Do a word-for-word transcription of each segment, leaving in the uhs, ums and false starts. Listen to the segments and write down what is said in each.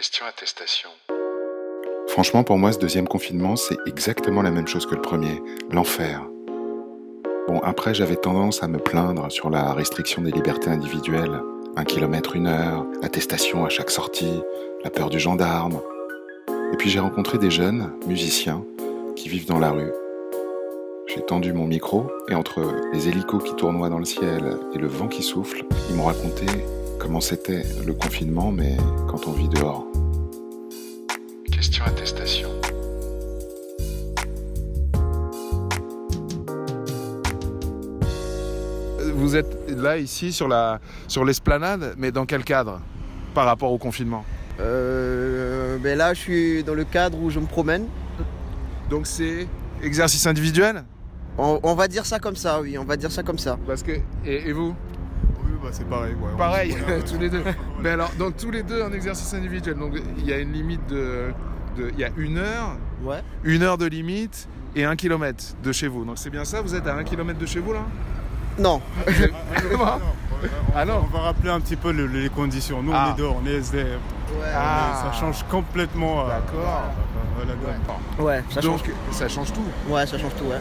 Question attestation. Franchement, pour moi, ce deuxième confinement, c'est exactement la même chose que le premier, l'enfer. Bon, après, j'avais tendance à me plaindre sur la restriction des libertés individuelles. Un kilomètre, une heure, attestation à chaque sortie, la peur du gendarme. Et puis j'ai rencontré des jeunes musiciens qui vivent dans la rue. J'ai tendu mon micro et entre les hélicos qui tournoient dans le ciel et le vent qui souffle, ils m'ont raconté comment c'était le confinement, mais quand on vit dehors. Question attestation. Vous êtes là, ici, sur, la, sur l'esplanade, mais dans quel cadre par rapport au confinement ? Euh, ben là, je suis dans le cadre où je me promène. Donc c'est exercice individuel ? On, on va dire ça comme ça, oui, on va dire ça comme ça. Parce que et, et vous ? Oui, bah c'est pareil. Ouais, Pareil, voilà, tous les deux. Mais alors, donc tous les deux en exercice individuel. Donc il y a une limite de, de, il y a une heure, Ouais. une heure de limite et un kilomètre de chez vous. Donc c'est bien ça. Vous êtes à un kilomètre de chez vous là ? Non. Comment ? on, Ah non. on va rappeler un petit peu le- les conditions. Nous, Ah. on est dehors, on est S D F. Ouais, Ah. Ça change complètement euh, D'accord. euh, la donne. ouais, ça Donc change tout. ça change tout. Ouais, ça change tout, ouais.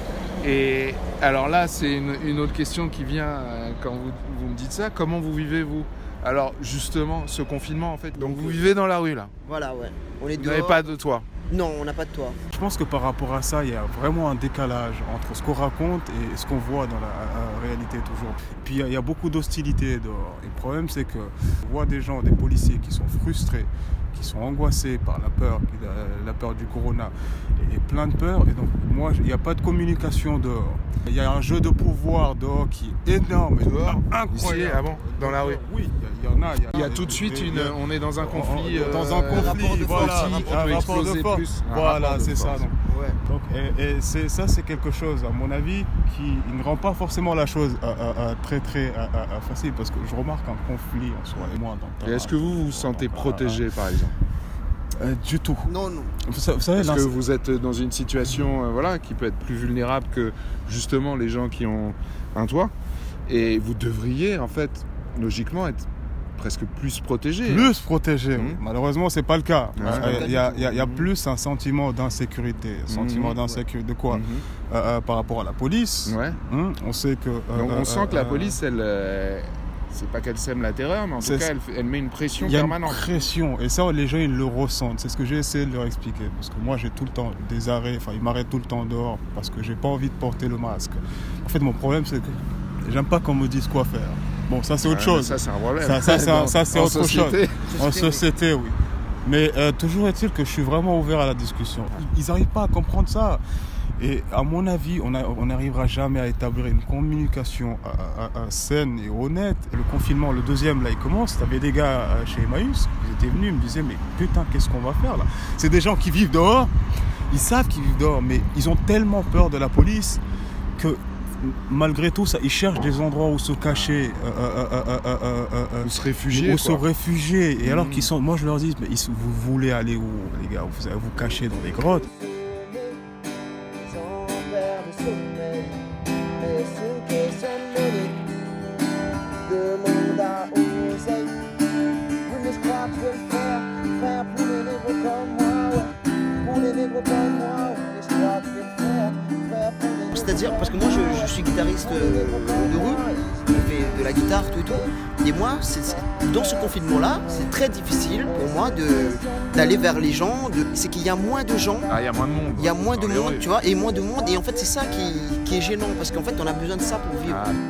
Et alors là, c'est une, une autre question qui vient euh, quand vous, vous me dites ça. Comment vous vivez, vous ? Alors, justement, ce confinement, en fait. Donc, vous vivez dans la rue, là. Voilà, ouais. On est Vous dehors. n'avez pas de toit. Non, on n'a pas de toit. Je pense que par rapport à ça, il y a vraiment un décalage entre ce qu'on raconte et ce qu'on voit dans la euh, réalité toujours. Puis il y a, il y a beaucoup d'hostilité dehors. Et le problème, c'est que on voit des gens, des policiers qui sont frustrés, qui sont angoissés par la peur, la, la peur du corona et, et plein de peurs. Et donc, moi, il n'y a pas de communication dehors. Il y a un jeu de pouvoir dehors qui est énorme, et Dehors ? incroyable. Ici, ah bon ? Dans la rue ? Oui, il y, y en a. Il y a tout de suite une. On est dans un conflit. Dans euh, un conflit, rapport de voilà, force, un qui peut rapport exploser de force. plus. Un Voilà, rapport de c'est ça. force. Donc, Ouais. donc, et, et c'est, ça, c'est quelque chose, à mon avis, qui ne rend pas forcément la chose euh, euh, euh, très très euh, euh, facile, parce que je remarque un conflit en soi et moi. Dans Et est-ce que vous vous sentez protégé, par exemple ? euh, Du tout. Non, non. Vous, sa- vous savez, Est-ce là, que c'est- vous êtes dans une situation euh, voilà, qui peut être plus vulnérable que justement les gens qui ont un toit ? Et vous devriez, en fait, logiquement, être presque plus protégé. plus protégé. Mmh. oui. Malheureusement, c'est pas le cas. Ouais. Euh, Il y a, il y a- il y a Mmh. plus un sentiment d'insécurité. Un sentiment Mmh. d'insécurité de quoi Mhm. Euh, euh, Par rapport à la police. Ouais. Hein, on sait que. euh, Donc, on euh, sent que la euh, police, elle, euh, c'est pas qu'elle sème la terreur, mais en tout C'est- cas, elle, fait- elle met une pression Il y a permanente. une pression, et ça, les gens, ils le ressentent. C'est ce que j'ai essayé de leur expliquer. Parce que moi, j'ai tout le temps des arrêts, enfin, ils m'arrêtent tout le temps dehors parce que j'ai pas envie de porter le masque. En fait, mon problème, c'est que j'aime pas qu'on me dise quoi faire. Bon, ça, c'est autre Ouais, chose. Ça, c'est un problème. Ça, ça, c'est un- Dans- ça, c'est en autre société. chose. En société, oui. Mais euh, toujours est-il que je suis vraiment ouvert à la discussion. Ils n'arrivent pas à comprendre ça. Et à mon avis, on a- on n'arrivera jamais à établir une communication à- à- à saine et honnête. Et le confinement, le deuxième, là, il commence. Tu avais des gars euh, chez Emmaüs, ils étaient venus, ils me disaient, mais putain, qu'est-ce qu'on va faire là ? C'est des gens qui vivent dehors, ils savent qu'ils vivent dehors, mais ils ont tellement peur de la police que malgré tout, ça, ils cherchent des endroits où se cacher, euh, euh, euh, euh, euh, euh, euh, Ou se réfugier. où se quoi. réfugier. Et alors Mhm. qu'ils sont, moi je leur dis, mais ils- vous voulez aller où, les gars ? Vous allez vous cacher dans des grottes. C'est-à-dire, parce que moi je, je suis guitariste euh, de rue, je fais de la guitare, tout et tout. Et moi, c'est, c'est- dans ce confinement-là, c'est très difficile pour moi de, d'aller vers les gens. De, c'est qu'il y a moins de gens, Ah, il y a moins de monde. il y a moins dans de les monde, rues. tu vois, et moins de monde. Et en fait, c'est ça qui, qui est gênant, parce qu'en fait, on a besoin de ça pour vivre. Ah,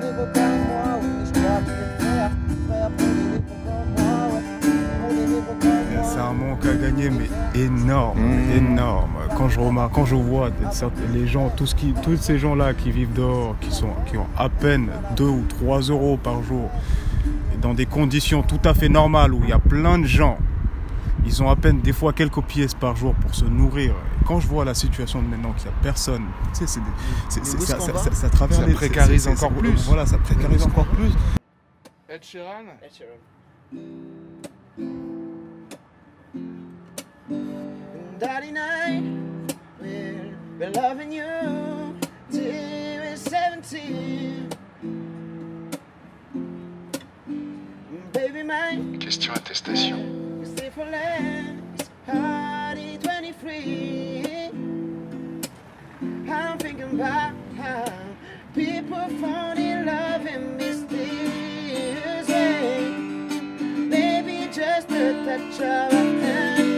C'est un manque à gagner, mais énorme, Mmh. énorme. Quand je remarque, quand je vois les gens, tout ce qui, tous ces gens-là qui vivent dehors, qui, sont, qui ont à peine deux ou trois euros par jour, et dans des conditions tout à fait normales où il y a plein de gens, ils ont à peine des fois quelques pièces par jour pour se nourrir. Et quand je vois la situation de maintenant qu'il n'y a personne, tu sais, c'est des- c'est- Mais c'est- où est-ce ça, qu'on ça, va ça, ça traverse Ça les- précarise c'est- c'est- encore c'est- plus. Voilà, ça précarise encore plus. Ed Sheeran ? Daddy night, we've been loving you till we're seventeen. Baby man, Question attestation. we stay for life. free. I'm thinking about how people fall in love in mysterious ways. Maybe just a touch of a hand.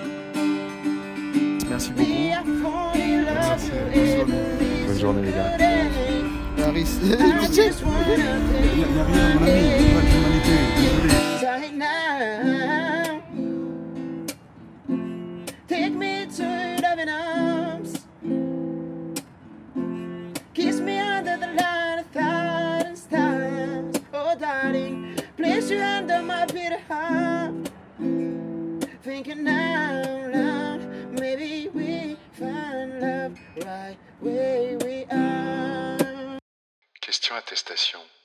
Merci beaucoup. Me, I fall in love Merci. with every Bonne journée, les gars. day. Paris. I just wanna Il take n'y a, y a rien, mon ami, il n'y a pas d'humanité. Désolé. right now. Take me to your loving arms. Kiss me under the light of thousand stars. Oh, darling, place you under my bitter heart. Thinking out loud, maybe we find love right where we are. Question attestation.